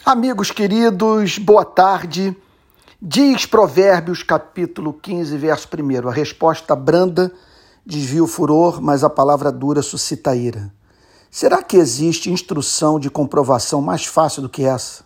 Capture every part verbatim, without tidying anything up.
Amigos queridos, boa tarde. Diz Provérbios, capítulo quinze, verso primeiro. A resposta branda desvia o furor, mas a palavra dura suscita ira. Será que existe instrução de comprovação mais fácil do que essa?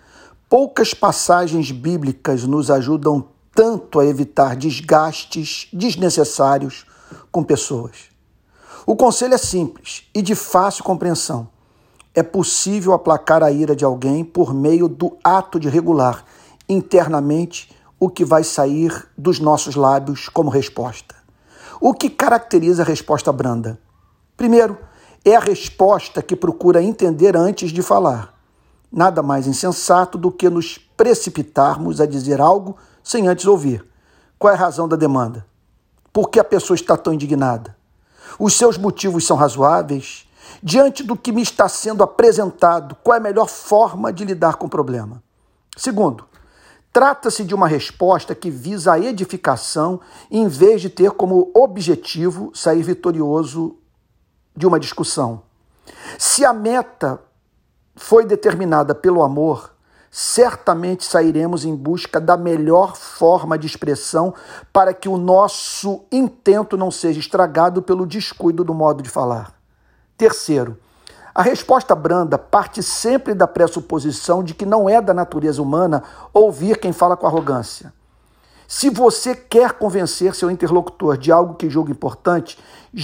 Poucas passagens bíblicas nos ajudam tanto a evitar desgastes desnecessários com pessoas. O conselho é simples e de fácil compreensão. É possível aplacar a ira de alguém por meio do ato de regular internamente o que vai sair dos nossos lábios como resposta. O que caracteriza a resposta branda? Primeiro, é a resposta que procura entender antes de falar. Nada mais insensato do que nos precipitarmos a dizer algo sem antes ouvir. Qual é a razão da demanda? Por que a pessoa está tão indignada? Os seus motivos são razoáveis? Diante do que me está sendo apresentado, qual é a melhor forma de lidar com o problema? Segundo, trata-se de uma resposta que visa a edificação em vez de ter como objetivo sair vitorioso de uma discussão. Se a meta foi determinada pelo amor, certamente sairemos em busca da melhor forma de expressão para que o nosso intento não seja estragado pelo descuido do modo de falar. Terceiro, a resposta branda parte sempre da pressuposição de que não é da natureza humana ouvir quem fala com arrogância. Se você quer convencer seu interlocutor de algo que julga importante,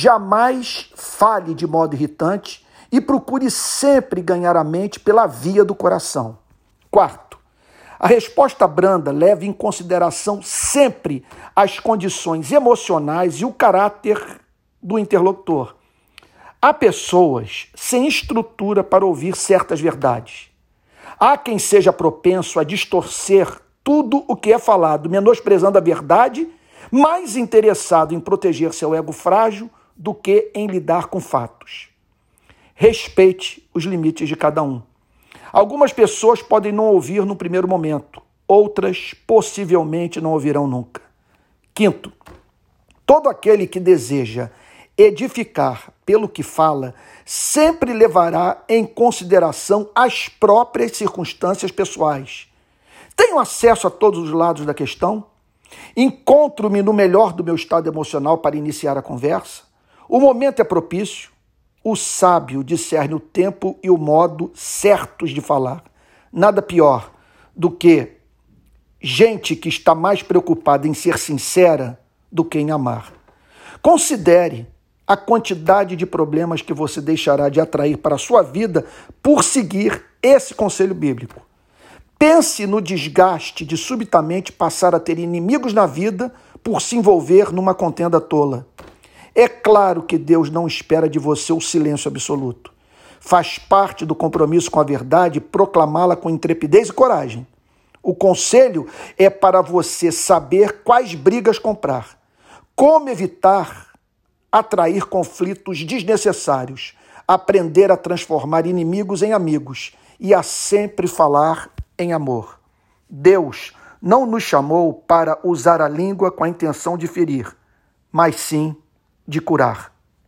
jamais fale de modo irritante e procure sempre ganhar a mente pela via do coração. Quarto, a resposta branda leva em consideração sempre as condições emocionais e o caráter do interlocutor. Há pessoas sem estrutura para ouvir certas verdades. Há quem seja propenso a distorcer tudo o que é falado, menosprezando a verdade, mais interessado em proteger seu ego frágil do que em lidar com fatos. Respeite os limites de cada um. Algumas pessoas podem não ouvir no primeiro momento, outras possivelmente não ouvirão nunca. Quinto, todo aquele que deseja edificar pelo que fala sempre levará em consideração as próprias circunstâncias pessoais. Tenho acesso a todos os lados da questão? Encontro-me no melhor do meu estado emocional para iniciar a conversa? O momento é propício? O sábio discerne o tempo e o modo certos de falar. Nada pior do que gente que está mais preocupada em ser sincera do que em amar. Considere a quantidade de problemas que você deixará de atrair para a sua vida por seguir esse conselho bíblico. Pense no desgaste de subitamente passar a ter inimigos na vida por se envolver numa contenda tola. É claro que Deus não espera de você o silêncio absoluto. Faz parte do compromisso com a verdade proclamá-la com intrepidez e coragem. O conselho é para você saber quais brigas comprar, como evitar atrair conflitos desnecessários, aprender a transformar inimigos em amigos e a sempre falar em amor. Deus não nos chamou para usar a língua com a intenção de ferir, mas sim de curar.